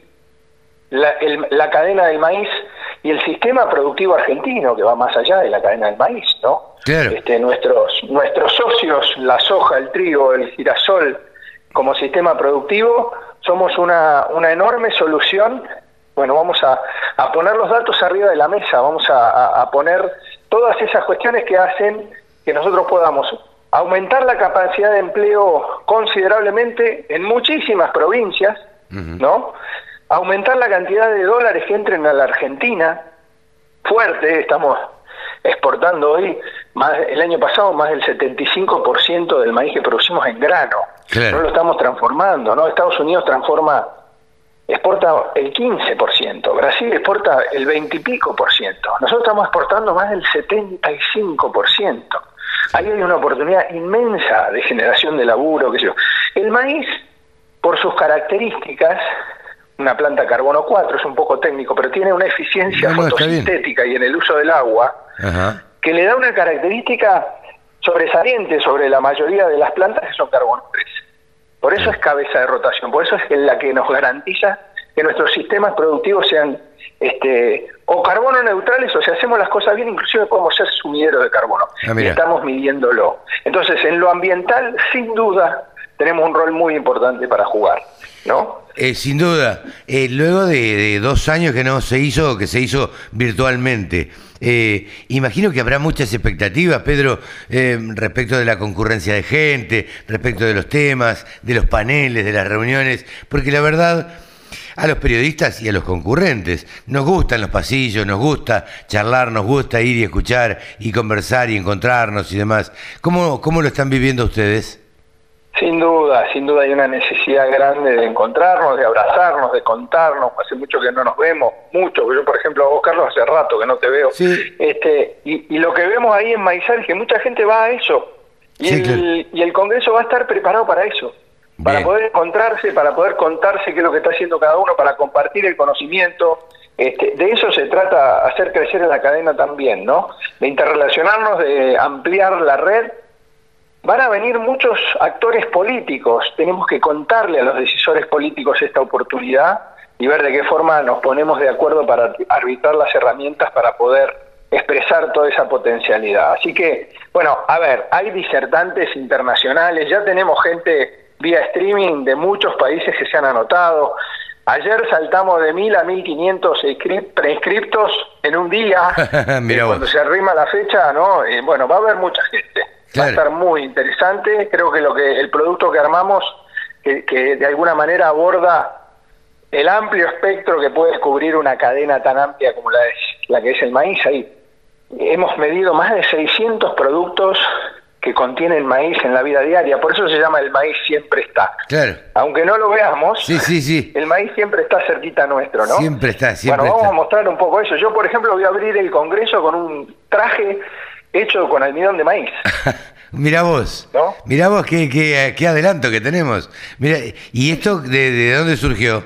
la cadena del maíz y el sistema productivo argentino, que va más allá de la cadena del maíz, ¿no? Claro. Nuestros socios, la soja, el trigo, el girasol, como sistema productivo, somos una enorme solución. Bueno, vamos a poner los datos arriba de la mesa, vamos a poner todas esas cuestiones que hacen que nosotros podamos aumentar la capacidad de empleo considerablemente en muchísimas provincias, ¿no? Aumentar la cantidad de dólares que entren a la Argentina, fuerte, estamos exportando hoy, el año pasado, más del 75% del maíz que producimos en grano. Claro. No lo estamos transformando, ¿no? Estados Unidos exporta el 15%, Brasil exporta el 20 y pico %. Nosotros estamos exportando más del 75%. Ahí hay una oportunidad inmensa de generación de laburo, qué sé yo. El maíz, por sus características, una planta carbono 4, es un poco técnico, pero tiene una eficiencia fotosintética y en el uso del agua, que le da una característica sobresaliente sobre la mayoría de las plantas que son carbono 3. Por eso es cabeza de rotación, por eso es la que nos garantiza que nuestros sistemas productivos sean o carbono neutrales, o si hacemos las cosas bien, inclusive podemos ser sumidero de carbono. Y estamos midiéndolo. Entonces, en lo ambiental, sin duda, tenemos un rol muy importante para jugar, ¿no? Sin duda. Luego de 2 años que se hizo virtualmente, imagino que habrá muchas expectativas, Pedro, respecto de la concurrencia de gente, respecto de los temas, de los paneles, de las reuniones, porque la verdad, a los periodistas y a los concurrentes nos gustan los pasillos, nos gusta charlar, nos gusta ir y escuchar y conversar y encontrarnos y demás. ¿Cómo lo están viviendo ustedes? Sin duda hay una necesidad grande de encontrarnos, de abrazarnos, de contarnos. Hace mucho que no nos vemos, mucho. Yo, por ejemplo, a vos, Carlos, hace rato que no te veo. Sí. Y lo que vemos ahí en Maizal es que mucha gente va a eso. Y el Congreso va a estar preparado para eso. Bien. Para poder encontrarse, para poder contarse qué es lo que está haciendo cada uno, para compartir el conocimiento. De eso se trata, hacer crecer en la cadena también, ¿no? De interrelacionarnos, de ampliar la red. Van a venir muchos actores políticos, tenemos que contarle a los decisores políticos esta oportunidad y ver de qué forma nos ponemos de acuerdo para arbitrar las herramientas para poder expresar toda esa potencialidad. Así que, bueno, a ver, hay disertantes internacionales, ya tenemos gente vía streaming de muchos países que se han anotado. Ayer saltamos de 1.000 a 1.500 preinscriptos en un día. Cuando se arrima la fecha, ¿no? Bueno, va a haber mucha gente. Claro. Va a estar muy interesante. Creo que el producto que armamos, que de alguna manera aborda el amplio espectro que puede cubrir una cadena tan amplia como la que es el maíz. Ahí hemos medido más de 600 productos que contienen maíz en la vida diaria. Por eso se llama el maíz siempre está. Claro. Aunque no lo veamos, sí. El maíz siempre está cerquita nuestro, ¿no? Siempre está. Vamos a mostrar un poco eso. Yo, por ejemplo, voy a abrir el Congreso con un traje hecho con almidón de maíz. Mirá vos, ¿no? Mirá vos qué adelanto que tenemos. Mirá, ¿y esto de dónde surgió?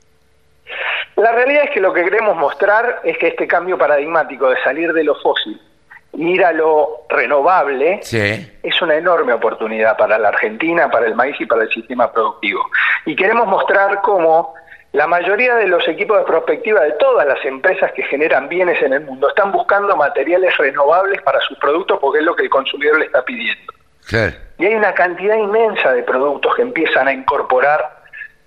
La realidad es que lo que queremos mostrar es que este cambio paradigmático de salir de lo fósil e ir a lo renovable es una enorme oportunidad para la Argentina, para el maíz y para el sistema productivo. Y queremos mostrar cómo la mayoría de los equipos de prospectiva de todas las empresas que generan bienes en el mundo están buscando materiales renovables para sus productos porque es lo que el consumidor le está pidiendo. Claro. Y hay una cantidad inmensa de productos que empiezan a incorporar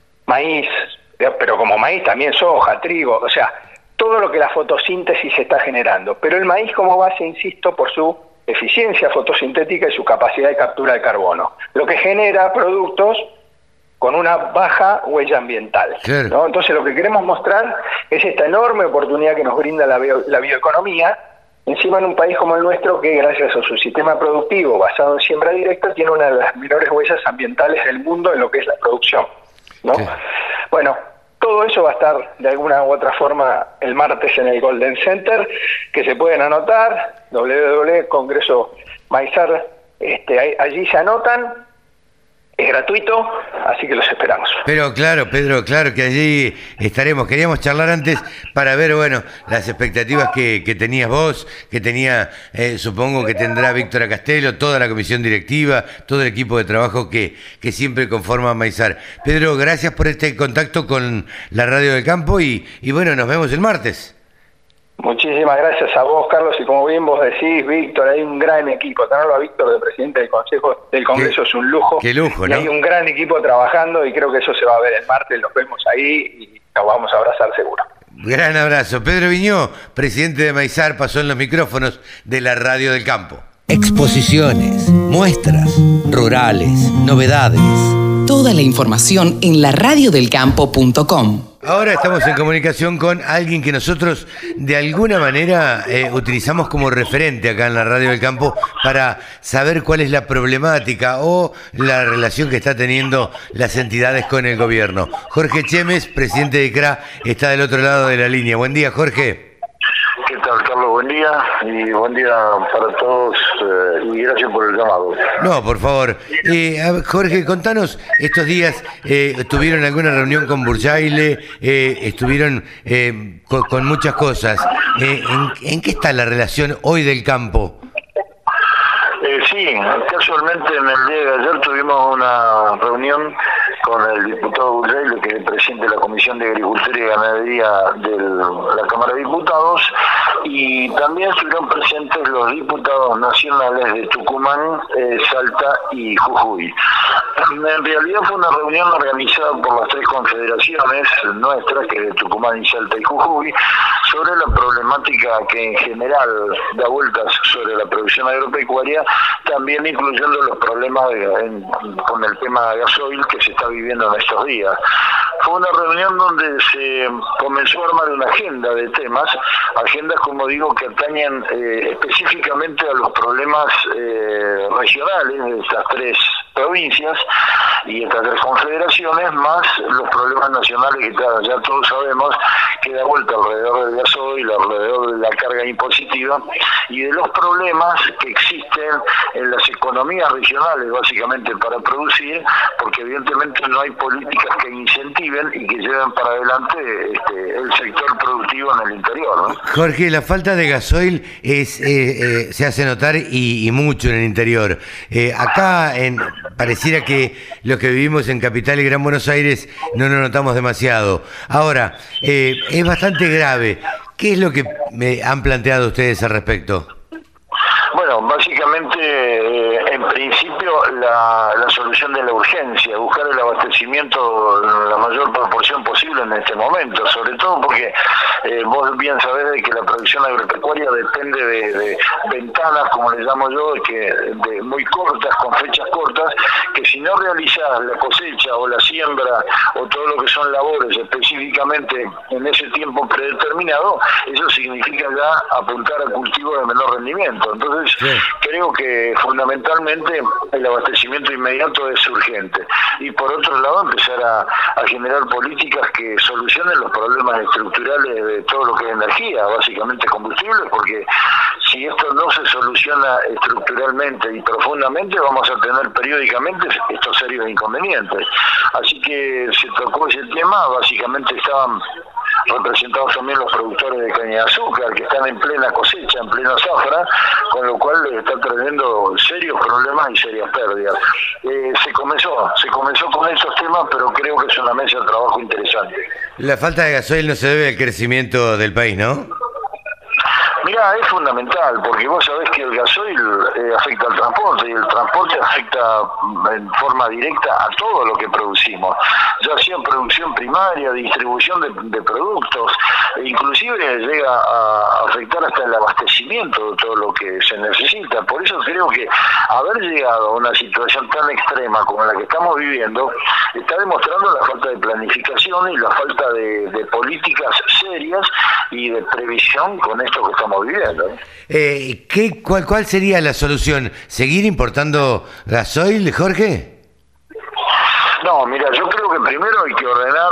maíz, pero como maíz también soja, trigo, o sea, todo lo que la fotosíntesis está generando. Pero el maíz como base, insisto, por su eficiencia fotosintética y su capacidad de captura de carbono, lo que genera productos con una baja huella ambiental, claro, ¿no? Entonces lo que queremos mostrar es esta enorme oportunidad que nos brinda la bioeconomía, encima en un país como el nuestro, que gracias a su sistema productivo basado en siembra directa tiene una de las menores huellas ambientales del mundo en lo que es la producción, ¿no? Sí. Bueno, todo eso va a estar de alguna u otra forma el martes en el Golden Center, que se pueden anotar, www.Congreso Maizar, allí se anotan. Es gratuito, así que los esperamos. Pero claro, Pedro, claro que allí estaremos. Queríamos charlar antes para ver, bueno, las expectativas que tenías vos, que tenía, supongo que tendrá Víctor Castelo, toda la comisión directiva, todo el equipo de trabajo que siempre conforma Maizar. Pedro, gracias por este contacto con la Radio del Campo y bueno, nos vemos el martes. Muchísimas gracias a vos, Carlos, y como bien vos decís, Víctor, hay un gran equipo. Tenerlo a Víctor de presidente del Congreso es un lujo. Qué lujo, ¿no? Y hay un gran equipo trabajando y creo que eso se va a ver el martes, los vemos ahí y nos vamos a abrazar seguro. Gran abrazo. Pedro Viñó, presidente de Maizar, pasó en los micrófonos de la Radio del Campo. Exposiciones, muestras, rurales, novedades. Toda la información en laradiodelcampo.com. Ahora estamos en comunicación con alguien que nosotros de alguna manera utilizamos como referente acá en la Radio del Campo para saber cuál es la problemática o la relación que está teniendo las entidades con el gobierno. Jorge Chemes, presidente de CRA, está del otro lado de la línea. Buen día, Jorge. ¿Qué tal, Carlos? Buen día y buen día para todos y gracias por el llamado. No, por favor. Jorge, contanos, estos días tuvieron alguna reunión con Burjaile, estuvieron con muchas cosas. ¿En qué está la relación hoy del campo? Sí, casualmente en el día de ayer tuvimos una reunión con el diputado Burjaile, que es el presidente de la Comisión de Agricultura y Ganadería de la Cámara de Diputados, y también estuvieron presentes los diputados nacionales de Tucumán, Salta y Jujuy. En realidad fue una reunión organizada por las tres confederaciones nuestras, que es de Tucumán y Salta y Jujuy, sobre la problemática que en general da vueltas sobre la producción agropecuaria, también incluyendo los problemas con el tema de gasoil que se está viviendo en estos días. Fue una reunión donde se comenzó a armar una agenda de temas, agendas, como digo, que atañen específicamente a los problemas regionales de estas tres provincias y estas tres confederaciones, más los problemas nacionales que ya todos sabemos que da vuelta alrededor del gasoil, alrededor de la carga impositiva y de los problemas que existen en las economías regionales, básicamente para producir, porque evidentemente no hay políticas que incentiven y que lleven para adelante el sector productivo en el interior, ¿no? Jorge, la falta de gasoil se hace notar y mucho en el interior. Acá pareciera que los que vivimos en Capital y Gran Buenos Aires no lo notamos demasiado. Ahora, es bastante grave. ¿Qué es lo que me han planteado ustedes al respecto? Bueno, básicamente, en principio, la solución de la urgencia, buscar el abastecimiento en la mayor proporción posible en este momento, sobre todo porque vos bien sabés de que la producción agropecuaria depende de ventanas, como le llamo yo, de muy cortas, con fechas cortas, que si no realizás la cosecha o la siembra o todo lo que son labores específicamente en ese tiempo predeterminado, eso significa ya apuntar a cultivos de menor rendimiento. Entonces, sí, creo que fundamentalmente el abastecimiento inmediato es urgente. Y por otro lado, empezar a generar políticas que solucionen los problemas estructurales de todo lo que es energía, básicamente combustibles, porque si esto no se soluciona estructuralmente y profundamente, vamos a tener periódicamente estos serios inconvenientes. Así que se tocó ese tema, básicamente estaban representados también los productores de caña de azúcar, que están en plena cosecha, en plena zafra, con lo cual les está trayendo serios problemas y serias pérdidas. Se comenzó con esos temas, pero creo que es una mesa de trabajo interesante. La falta de gasoil no se debe al crecimiento del país, ¿no? Mira, Mirá, es fundamental, porque vos sabés que el gasoil afecta al transporte, y el transporte afecta en forma directa a todo lo que producimos, ya sea producción primaria, distribución de productos, e inclusive llega a afectar hasta el abastecimiento de todo lo que se necesita. Por eso creo que haber llegado a una situación tan extrema como la que estamos viviendo está demostrando la falta de planificación y la falta de políticas serias y de previsión con esto que estamos viviendo. ¿Cuál sería la solución? ¿Seguir importando gasoil, Jorge? No, mira, yo creo que primero hay que ordenar,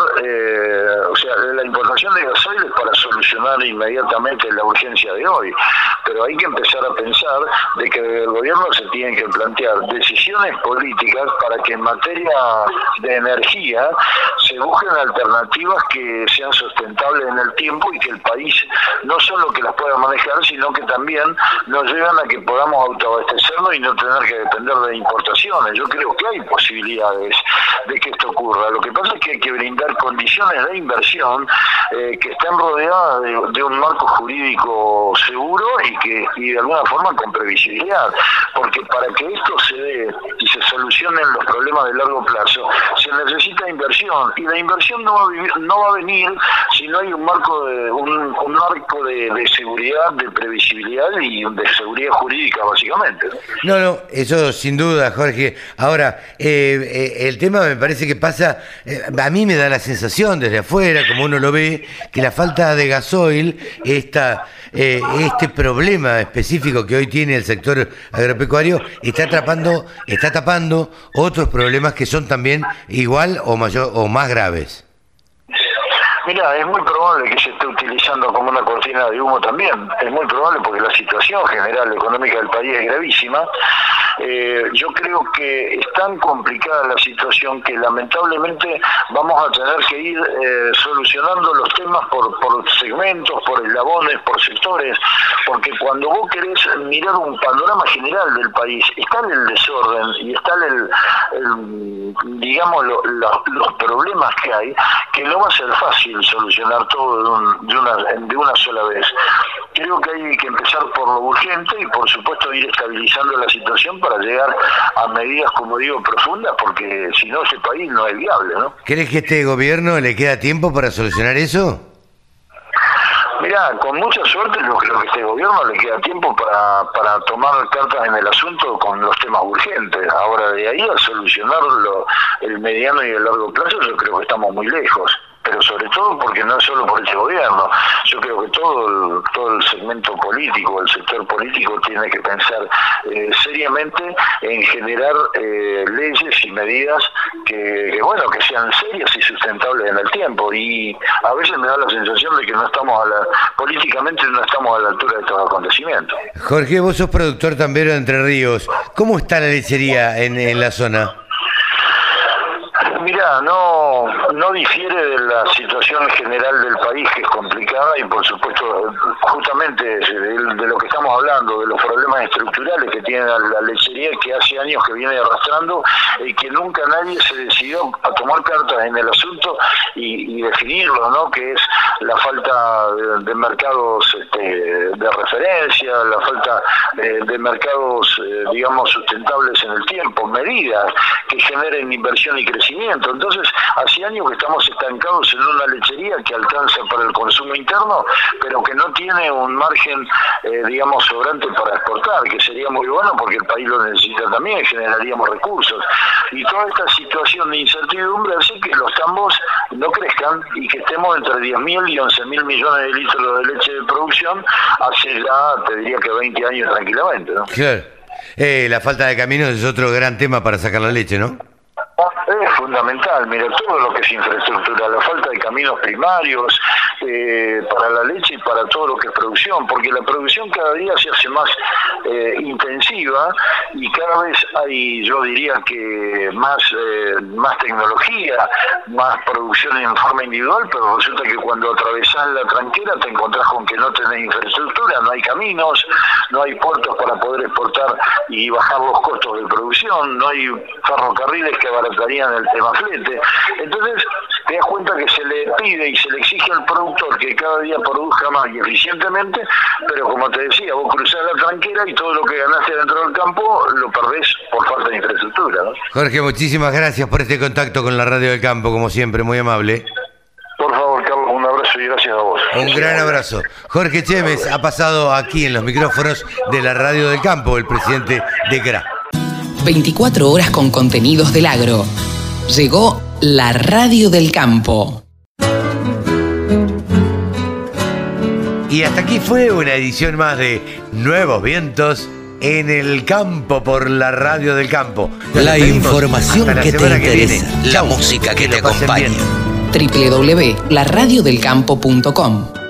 la importación de gasoil es para solucionar inmediatamente la urgencia de hoy, pero hay que empezar a pensar de que el gobierno se tiene que plantear decisiones políticas para que en materia de energía se busquen alternativas que sean sustentables en el tiempo y que el país no solo que las pueda manejar, sino que también nos llevan a que podamos autoabastecernos y no tener que depender de importaciones. Yo creo que hay posibilidades de que esto ocurra. Lo que pasa es que hay que brindar condiciones de inversión que estén rodeadas de un marco jurídico seguro y de alguna forma con previsibilidad, porque para que esto se dé y se solucionen los problemas de largo plazo se necesita inversión, y la inversión no va a venir si no hay un marco de seguridad, de previsibilidad y de seguridad jurídica, básicamente. No, eso sin duda, Jorge. Ahora, el tema me parece que pasa, a mí me da la sensación desde afuera, como uno lo ve, que la falta de gasoil, este problema específico que hoy tiene el sector agropecuario, está tapando otros problemas que son también igual o mayor o más graves. Mira, es muy probable que se esté utilizando como una cortina de humo también. Es muy probable porque la situación general económica del país es gravísima. Yo creo que es tan complicada la situación que lamentablemente vamos a tener que ir solucionando los temas por segmentos, por eslabones, por sectores, porque cuando vos querés mirar un panorama general del país, está en el desorden y está los problemas que hay, que no va a ser fácil solucionar todo de una sola vez. Creo que hay que empezar por lo urgente y por supuesto ir estabilizando la situación para llegar a medidas, como digo, profundas, porque si no ese país no es viable, ¿no? ¿Crees que este gobierno le queda tiempo para solucionar eso? Mirá, con mucha suerte yo creo que a este gobierno le queda tiempo para tomar cartas en el asunto con los temas urgentes. Ahora, de ahí a solucionarlo el mediano y el largo plazo, yo creo que estamos muy lejos. Pero sobre todo porque no es solo por ese gobierno. Yo creo que todo el segmento político, el sector político tiene que pensar seriamente en generar leyes y medidas que sean serias y sustentables en el tiempo. Y a veces me da la sensación de que políticamente no estamos a la altura de estos acontecimientos. Jorge, vos sos productor tambero de Entre Ríos. ¿Cómo está la lechería en la zona? Mirá, no difiere de la situación general del país, que es complicada, y por supuesto justamente de lo que estamos hablando, de los problemas estructurales que tiene la lechería, que hace años que viene arrastrando y que nunca nadie se decidió a tomar cartas en el asunto y definirlo, ¿no? Que es la falta de mercados de referencia, la falta de mercados sustentables en el tiempo, medidas que generen inversión y crecimiento. Entonces, hace años que estamos estancados en una lechería que alcanza para el consumo interno, pero que no tiene un margen, sobrante para exportar, que sería muy bueno porque el país lo necesita también, generaríamos recursos. Y toda esta situación de incertidumbre hace que los tambos no crezcan y que estemos entre 10.000 y 11.000 millones de litros de leche de producción hace ya, te diría que 20 años tranquilamente, ¿no? Claro. La falta de caminos es otro gran tema para sacar la leche, ¿no? Es fundamental, mira, todo lo que es infraestructura, la falta de caminos primarios para la leche y para todo lo que es producción, porque la producción cada día se hace más intensiva y cada vez hay, yo diría que más tecnología, más producción en forma individual, pero resulta que cuando atravesás la tranquera te encontrás con que no tenés infraestructura, no hay caminos, no hay puertos para poder exportar y bajar los costos de producción, no hay ferrocarriles que abaratarían el tema flete. Entonces te das cuenta que se le pide y se le exige al productor que cada día produzca más y eficientemente, pero como te decía, vos cruzás la tranquera y todo lo que ganaste dentro del campo lo perdés por falta de infraestructura, ¿no? Jorge, muchísimas gracias por este contacto con la Radio del Campo, como siempre, muy amable. Por favor, Carlos, un abrazo y gracias a vos. Un gran abrazo. Jorge Chemes ha pasado aquí en los micrófonos de la Radio del Campo, el presidente de CRA. 24 horas con contenidos del agro. Llegó la Radio del Campo. Y hasta aquí fue una edición más de Nuevos Vientos en el Campo por la Radio del Campo. La información que te interesa, la música que te acompaña. www.laradiodelcampo.com